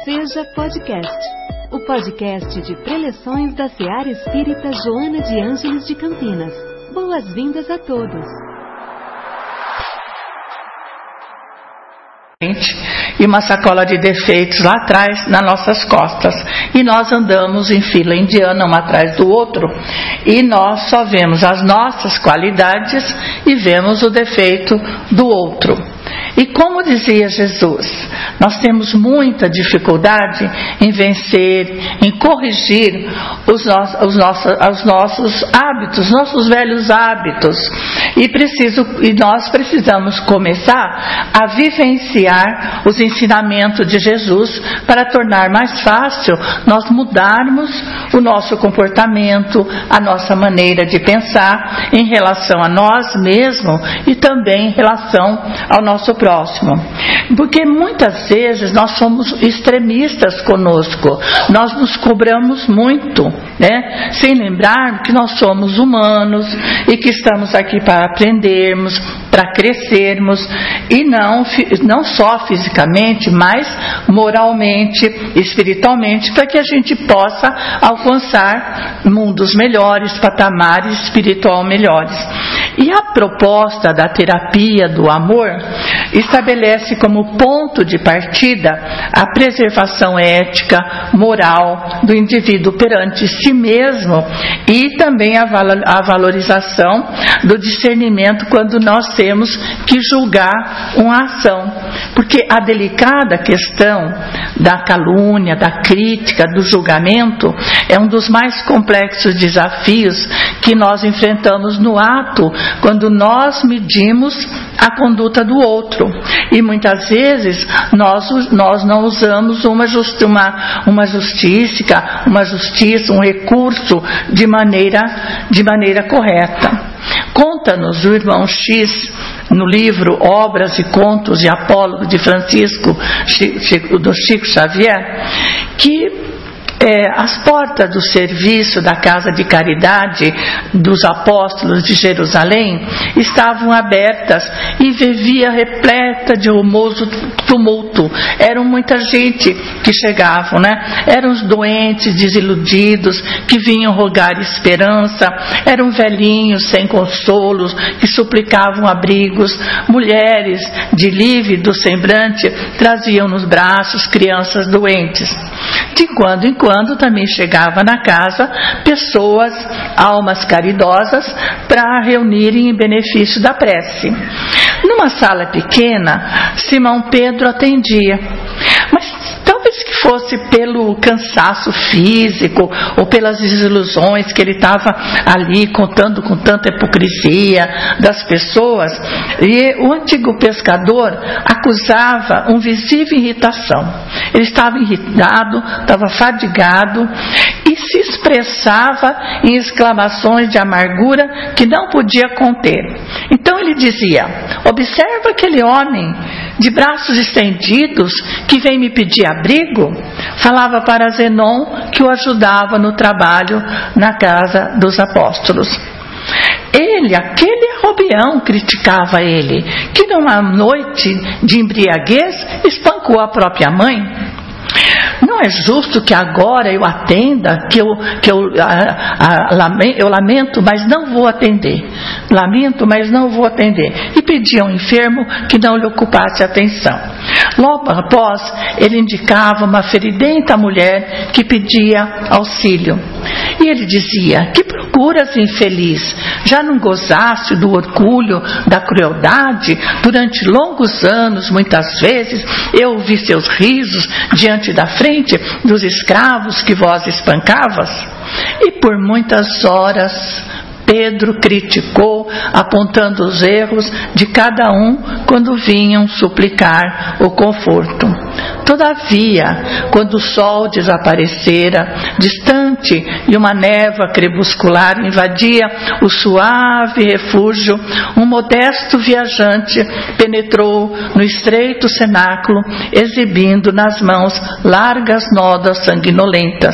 Seja Podcast, o podcast de preleções da Seara Espírita Joana de Ângeles de Campinas. Boas-vindas a todos. E uma sacola de defeitos lá atrás, nas nossas costas. E nós andamos em fila indiana, um atrás do outro. E nós só vemos as nossas qualidades e vemos o defeito do outro. E como dizia Jesus, nós temos muita dificuldade em vencer, em corrigir os nossos hábitos, nossos velhos hábitos. E nós precisamos começar a vivenciar os ensinamentos de Jesus para tornar mais fácil nós mudarmos o nosso comportamento, a nossa maneira de pensar em relação a nós mesmos e também em relação ao nosso próximo. Porque muitas vezes nós somos extremistas conosco, nós nos cobramos muito, né? Sem lembrar que nós somos humanos e que estamos aqui para aprendermos, para crescermos, e não só fisicamente, mas moralmente, espiritualmente, para que a gente possa alcançar mundos melhores, patamares espiritual melhores. E a proposta da terapia do amor estabelece como ponto de partida a preservação ética, moral do indivíduo perante si mesmo e também a valorização do discernimento quando nós temos que julgar uma ação. Porque a delicada questão da calúnia, da crítica, do julgamento é um dos mais complexos desafios que nós enfrentamos no ato quando nós medimos a conduta do outro. E muitas vezes nós não usamos uma justiça, um recurso de maneira correta. Conta-nos o irmão X, no livro Obras e Contos de Apólogo de Francisco, do Chico Xavier, que as portas do serviço da Casa de Caridade dos Apóstolos de Jerusalém estavam abertas e vivia repleta de rumoso tumulto. Eram muita gente que chegavam, né? Eram os doentes, desiludidos, que vinham rogar esperança, eram velhinhos sem consolos, que suplicavam abrigos, mulheres de lívido semblante traziam nos braços crianças doentes. De quando em quando também chegava na casa pessoas, almas caridosas, para reunirem em benefício da prece. Numa sala pequena, Simão Pedro atendia, mas talvez que fosse pelo cansaço físico ou pelas desilusões que ele estava ali contando com tanta hipocrisia das pessoas, e o antigo pescador acusava uma visível irritação. Ele estava irritado, estava fadigado e se expressava em exclamações de amargura que não podia conter. Então ele dizia: observa aquele homem de braços estendidos que vem me pedir abrigo. Falava para Zenon, que o ajudava no trabalho na casa dos apóstolos. Aquele Robião, criticava ele, que numa noite de embriaguez espancou a própria mãe. Não é justo que agora eu atenda, eu lamento, mas não vou atender. Lamento, mas não vou atender. E pedia ao enfermo que não lhe ocupasse atenção. Logo após, ele indicava uma feridenta mulher que pedia auxílio. E ele dizia: que procuras, infeliz? Já não gozaste do orgulho, da crueldade? Durante longos anos, muitas vezes, eu ouvi seus risos diante da frente dos escravos que vós espancavas. E por muitas horas Pedro criticou, apontando os erros de cada um quando vinham suplicar o conforto. Todavia, quando o sol desaparecera, distante, e uma névoa crepuscular invadia o suave refúgio, um modesto viajante penetrou no estreito cenáculo, exibindo nas mãos largas nódoas sanguinolentas.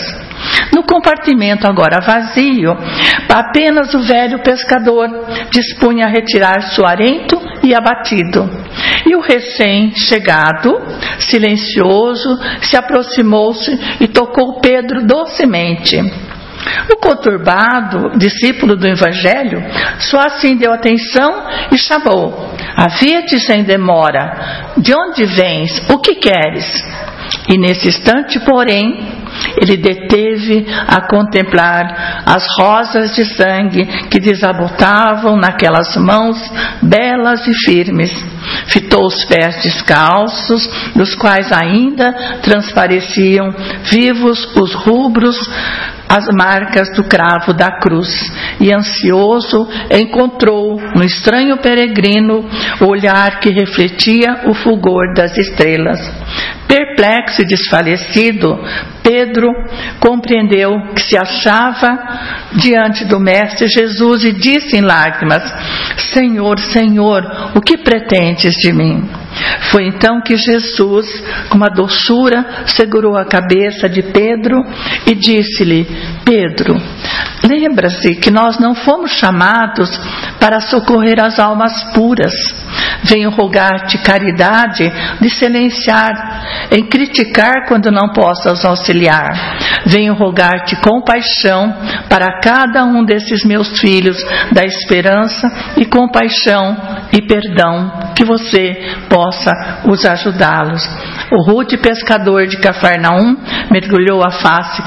No compartimento agora vazio, apenas o velho pescador dispunha a retirar suarento e abatido. E o recém-chegado, silencioso, se aproximou-se e tocou Pedro docemente. O conturbado discípulo do Evangelho só assim deu atenção e chamou: "Avia-te sem demora, de onde vens? O que queres?" E nesse instante, porém, ele deteve a contemplar as rosas de sangue que desabotavam naquelas mãos belas e firmes. Fitou os pés descalços, dos quais ainda transpareciam vivos os rubros, as marcas do cravo da cruz, e ansioso encontrou no estranho peregrino o olhar que refletia o fulgor das estrelas. Perplexo e desfalecido, Pedro compreendeu que se achava diante do Mestre Jesus e disse em lágrimas: "Senhor, Senhor, o que pretendes de mim?" Foi então que Jesus, com uma doçura, segurou a cabeça de Pedro e disse-lhe: "Pedro, lembra-se que nós não fomos chamados para socorrer as almas puras. Venho rogar-te caridade de silenciar, em criticar quando não possas auxiliar. Venho rogar-te compaixão para cada um desses meus filhos da esperança e compaixão e perdão, que você possa os ajudá-los." O rude pescador de Cafarnaum mergulhou a face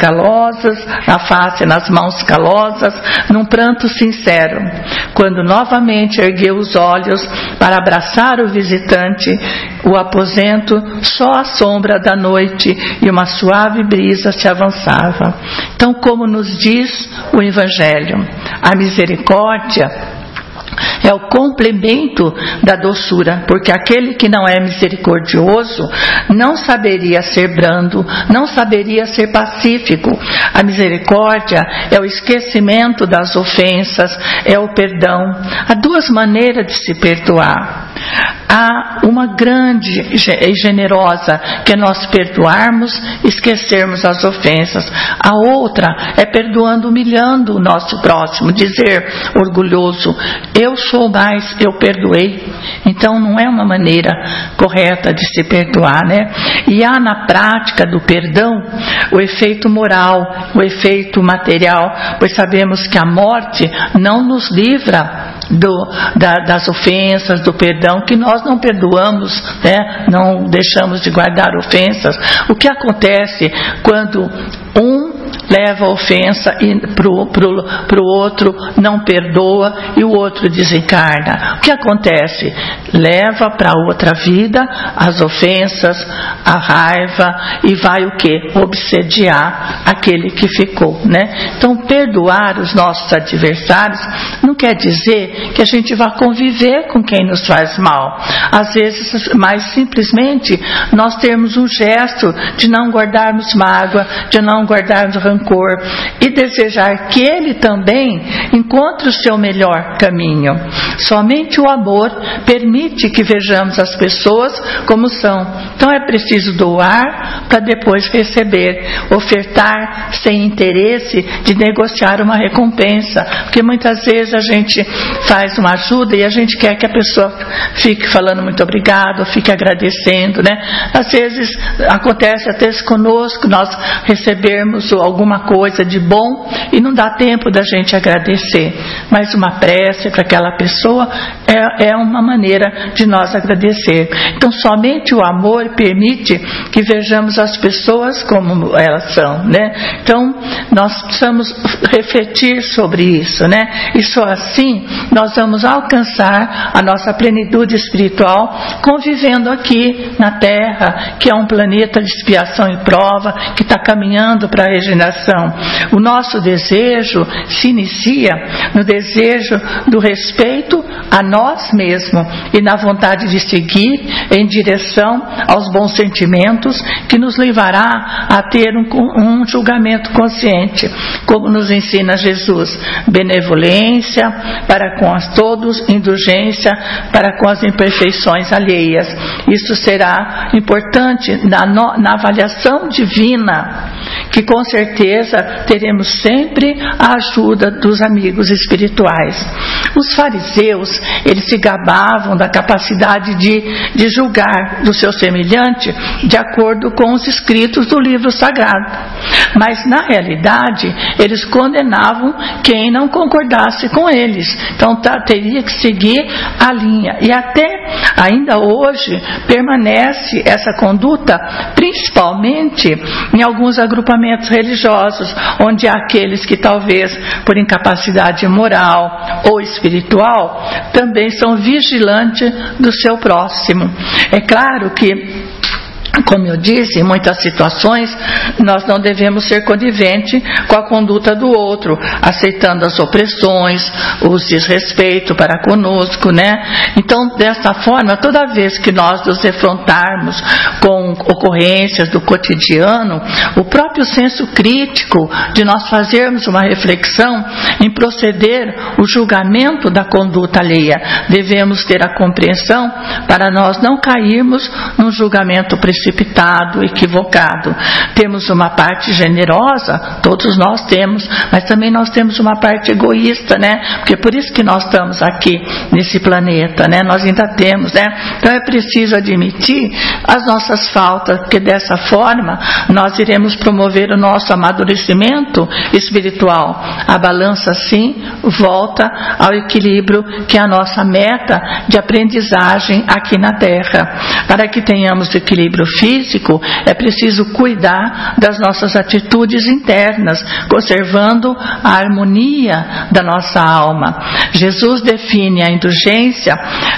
nas mãos calosas, num pranto sincero. Quando novamente ergueu os olhos para abraçar o visitante, o aposento, só a sombra da noite e uma suave brisa se avançava. Então, como nos diz o Evangelho, a misericórdia é o complemento da doçura, porque aquele que não é misericordioso não saberia ser brando, não saberia ser pacífico. A misericórdia é o esquecimento das ofensas, é o perdão. Há duas maneiras de se perdoar. Há uma grande e generosa, que é nós perdoarmos, esquecermos as ofensas. A outra é perdoando, humilhando o nosso próximo, dizer orgulhoso: "Eu sou mais, eu perdoei." Então não é uma maneira correta de se perdoar, né? E há na prática do perdão o efeito moral, o efeito material, pois sabemos que a morte não nos livra das ofensas, do perdão, que nós não perdoamos, né? Não deixamos de guardar ofensas. O que acontece quando leva a ofensa para o outro, não perdoa, e o outro desencarna? O que acontece? Leva para outra vida as ofensas, a raiva, e vai o quê? Obsediar aquele que ficou, né? Então, perdoar os nossos adversários não quer dizer que a gente vá conviver com quem nos faz mal. Às vezes, mais simplesmente, nós temos um gesto de não guardarmos mágoa, de não guardarmos rancor, e desejar que ele também encontre o seu melhor caminho. Somente o amor permite que vejamos as pessoas como são. Então é preciso doar para depois receber, ofertar sem interesse de negociar uma recompensa, porque muitas vezes a gente faz uma ajuda e a gente quer que a pessoa fique falando muito obrigado, fique agradecendo, né? Às vezes acontece até conosco, nós recebermos alguma coisa de bom e não dá tempo da gente agradecer, mas uma prece para aquela pessoa é uma maneira de nós agradecer. Então somente o amor permite que vejamos as pessoas como elas são, né? Então nós precisamos refletir sobre isso, né? E só assim nós vamos alcançar a nossa plenitude espiritual convivendo aqui na Terra, que é um planeta de expiação e prova, que está caminhando para a regeneração. O nosso desejo se inicia no desejo do respeito a nós mesmos e na vontade de seguir em direção aos bons sentimentos, que nos levará a ter um julgamento consciente, como nos ensina Jesus: benevolência para com todos, indulgência para com as imperfeições alheias. Isso será importante na avaliação divina que com certeza teremos sempre a ajuda dos amigos espirituais. Os fariseus, eles se gabavam da capacidade de julgar do seu semelhante de acordo com os escritos do livro sagrado. Mas na realidade, eles condenavam quem não concordasse com eles. Então teria que seguir a linha. E até ainda hoje permanece essa conduta, principalmente em alguns agrupamentos religiosos, onde há aqueles que talvez por incapacidade moral ou espiritual também são vigilantes do seu próximo. É claro que, como eu disse, em muitas situações nós não devemos ser coniventes com a conduta do outro, aceitando as opressões, os desrespeitos para conosco, né? Então, dessa forma, toda vez que nós nos defrontarmos com ocorrências do cotidiano, o próprio senso crítico de nós fazermos uma reflexão em proceder o julgamento da conduta alheia, devemos ter a compreensão para nós não cairmos num julgamento precipitado, equivocado. Temos uma parte generosa, todos nós temos, mas também nós temos uma parte egoísta, né? Porque por isso que nós estamos aqui nesse planeta, né? Nós ainda temos, né? Então é preciso admitir as nossas faltas, porque dessa forma nós iremos promover o nosso amadurecimento espiritual. A balança assim volta ao equilíbrio, que é a nossa meta de aprendizagem aqui na Terra. Para que tenhamos equilíbrio físico, é preciso cuidar das nossas atitudes internas, conservando a harmonia da nossa alma. Jesus define a indulgência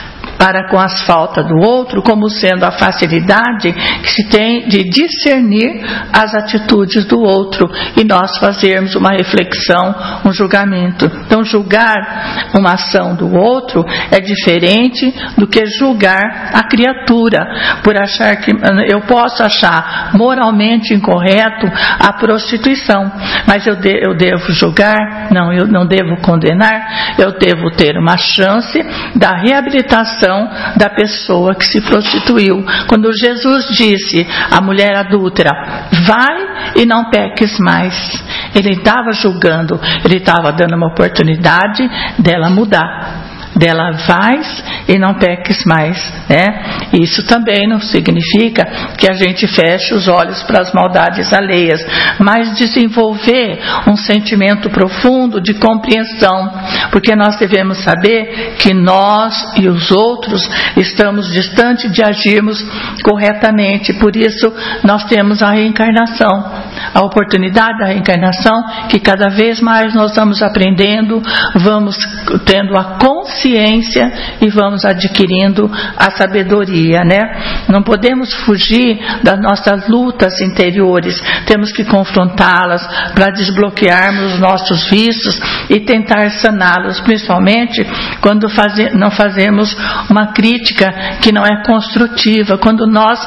para com as faltas do outro como sendo a facilidade que se tem de discernir as atitudes do outro e nós fazermos uma reflexão, um julgamento. Então, julgar uma ação do outro é diferente do que julgar a criatura, por achar que eu posso achar moralmente incorreto a prostituição, mas eu devo julgar? Não, eu não devo condenar, eu devo ter uma chance da reabilitação da pessoa que se prostituiu. Quando Jesus disse à mulher adúltera, vai e não peques mais, ele estava julgando, ele estava dando uma oportunidade dela mudar, dela vais e não peques mais, né? Isso também não significa que a gente feche os olhos para as maldades alheias, mas desenvolver um sentimento profundo de compreensão, porque nós devemos saber que nós e os outros estamos distantes de agirmos corretamente. Por isso nós temos a reencarnação, a oportunidade da reencarnação, que cada vez mais nós vamos aprendendo, vamos tendo a consciência e vamos adquirindo a sabedoria, né? Não podemos fugir das nossas lutas interiores, temos que confrontá-las para desbloquearmos os nossos vícios e tentar saná-los, principalmente quando não fazemos uma crítica que não é construtiva, quando nós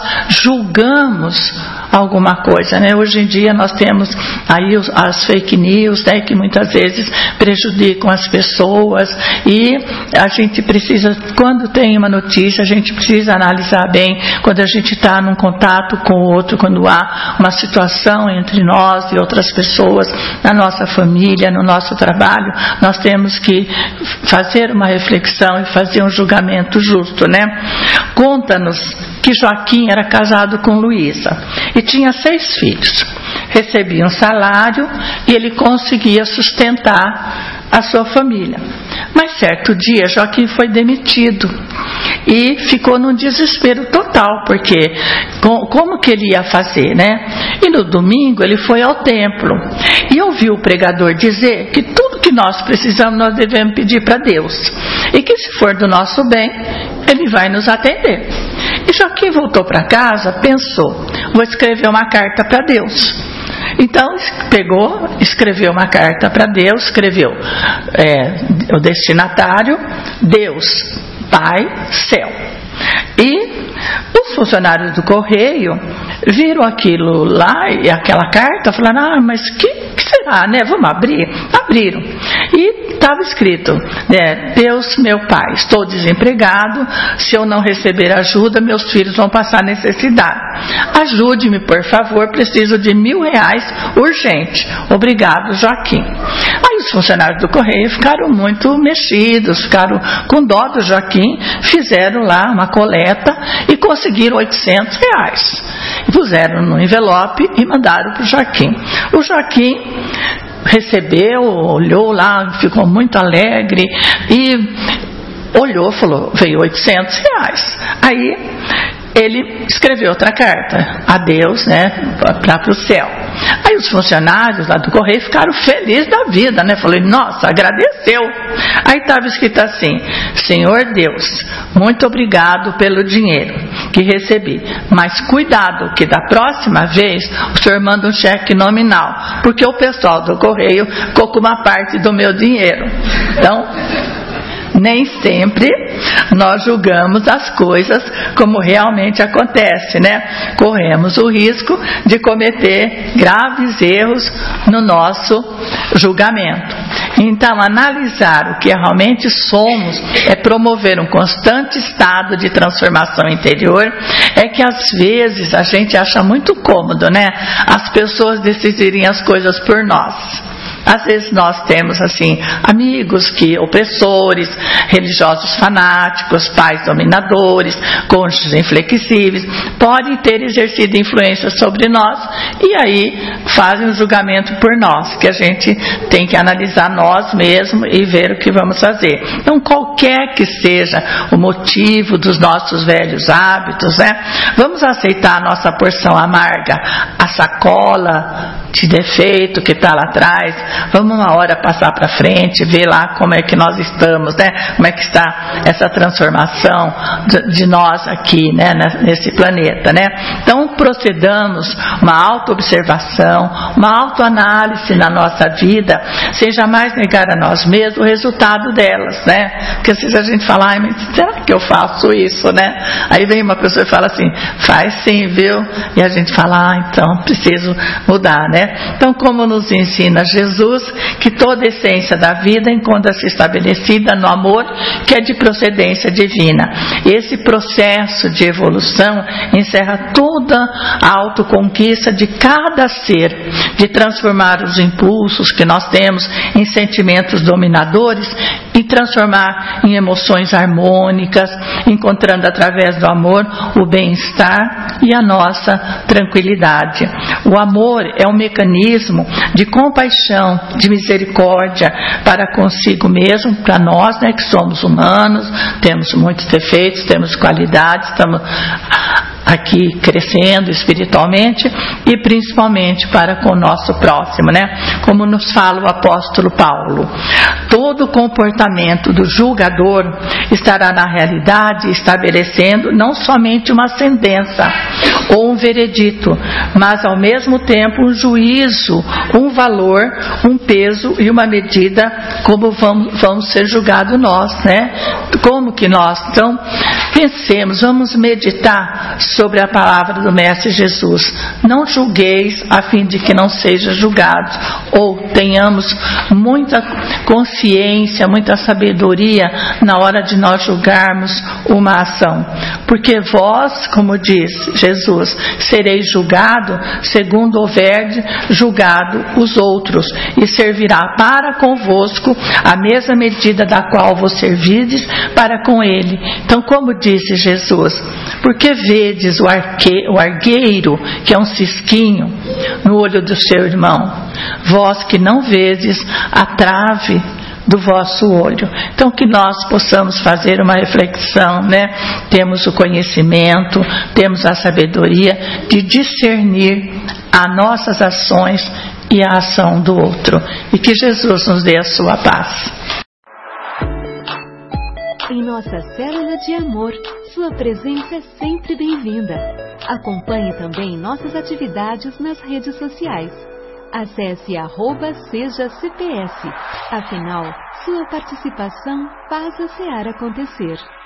julgamos alguma coisa, né? Hoje em dia nós temos aí as fake news, né, que muitas vezes prejudicam as pessoas, e a gente precisa, quando tem uma notícia, a gente precisa analisar bem, quando a gente está num contato com o outro, quando há uma situação entre nós e outras pessoas, na nossa família, no nosso trabalho, nós temos que fazer uma reflexão e fazer um julgamento justo, né? Conta-nos que Joaquim era casado com Luísa e tinha 6 filhos. Recebia um salário e ele conseguia sustentar a sua família. Mas certo dia Joaquim foi demitido e ficou num desespero total, porque como que ele ia fazer, né? E no domingo ele foi ao templo e ouviu o pregador dizer que tudo que nós precisamos nós devemos pedir para Deus, e que se for do nosso bem, Ele vai nos atender. E Joaquim voltou para casa, pensou, vou escrever uma carta para Deus. Então pegou, escreveu uma carta para Deus, escreveu o destinatário, Deus, Pai, Céu. E os funcionários do correio viram aquilo lá, e aquela carta, falaram, mas que será, né? Vamos abrir? Abriram. E estava escrito, Deus, meu Pai, estou desempregado, se eu não receber ajuda, meus filhos vão passar necessidade. Ajude-me, por favor, preciso de R$1.000 urgente. Obrigado, Joaquim. Aí os funcionários do Correio ficaram muito mexidos, ficaram com dó do Joaquim, fizeram lá uma coleta e conseguiram R$800. Puseram no envelope e mandaram para o Joaquim. O Joaquim recebeu, olhou lá, ficou muito alegre e olhou, falou, veio R$800. Aí ele escreveu outra carta a Deus, né, para o céu. Aí os funcionários lá do Correio ficaram felizes da vida, né? Falei, nossa, agradeceu. Aí estava escrito assim: Senhor Deus, muito obrigado pelo dinheiro que recebi, mas cuidado que da próxima vez o senhor manda um cheque nominal, porque o pessoal do Correio ficou com uma parte do meu dinheiro. Então, nem sempre nós julgamos as coisas como realmente acontece, né? Corremos o risco de cometer graves erros no nosso julgamento. Então, analisar o que realmente somos é promover um constante estado de transformação interior. É que às vezes a gente acha muito cômodo, né? As pessoas decidirem as coisas por nós. Às vezes nós temos assim amigos opressores, religiosos fanáticos, pais dominadores, cônjuges inflexíveis, podem ter exercido influência sobre nós e aí fazem um julgamento por nós, que a gente tem que analisar nós mesmos e ver o que vamos fazer. Então, qualquer que seja o motivo dos nossos velhos hábitos, né, vamos aceitar a nossa porção amarga, a sacola de defeito que está lá atrás. Vamos uma hora passar para frente, ver lá como é que nós estamos, né? Como é que está essa transformação de nós aqui, né? Nesse planeta, né? Então, procedamos uma autoobservação, uma autoanálise na nossa vida, sem jamais negar a nós mesmos o resultado delas, né? Porque às vezes a gente fala, mas será que eu faço isso, né? Aí vem uma pessoa e fala assim, faz sim, viu? E a gente fala, então preciso mudar, né? Então, como nos ensina Jesus, que toda a essência da vida encontra-se estabelecida no amor, que é de procedência divina. Esse processo de evolução encerra toda a autoconquista de cada ser, de transformar os impulsos que nós temos em sentimentos dominadores e transformar em emoções harmônicas, encontrando através do amor o bem-estar e a nossa tranquilidade. O amor é um mecanismo de compaixão, de misericórdia para consigo mesmo, para nós, né, que somos humanos, temos muitos defeitos, temos qualidades, estamos aqui crescendo espiritualmente e principalmente para com o nosso próximo, né? Como nos fala o apóstolo Paulo, todo comportamento do julgador estará na realidade estabelecendo não somente uma sentença ou um veredito, mas ao mesmo tempo um juízo, um valor, um peso e uma medida como vamos ser julgados nós, né? Como que nós, então, pensemos, vamos meditar sobre a palavra do Mestre Jesus. Não julgueis a fim de que não sejam julgados, ou tenhamos muita consciência, muita sabedoria na hora de nós julgarmos uma ação. Porque vós, como diz Jesus, sereis julgado segundo houverdes julgado os outros, e servirá para convosco a mesma medida da qual vos servides para com ele. Então, como disse Jesus, porque vedes o argueiro, que é um cisquinho, no olho do seu irmão, vós que não vedes a trave do vosso olho. Então, que nós possamos fazer uma reflexão, né? Temos o conhecimento, temos a sabedoria de discernir as nossas ações e a ação do outro. E que Jesus nos dê a sua paz. Em nossa célula de amor, sua presença é sempre bem-vinda. Acompanhe também nossas atividades nas redes sociais. Acesse @SejaCPS. Afinal, sua participação faz a SEAR acontecer.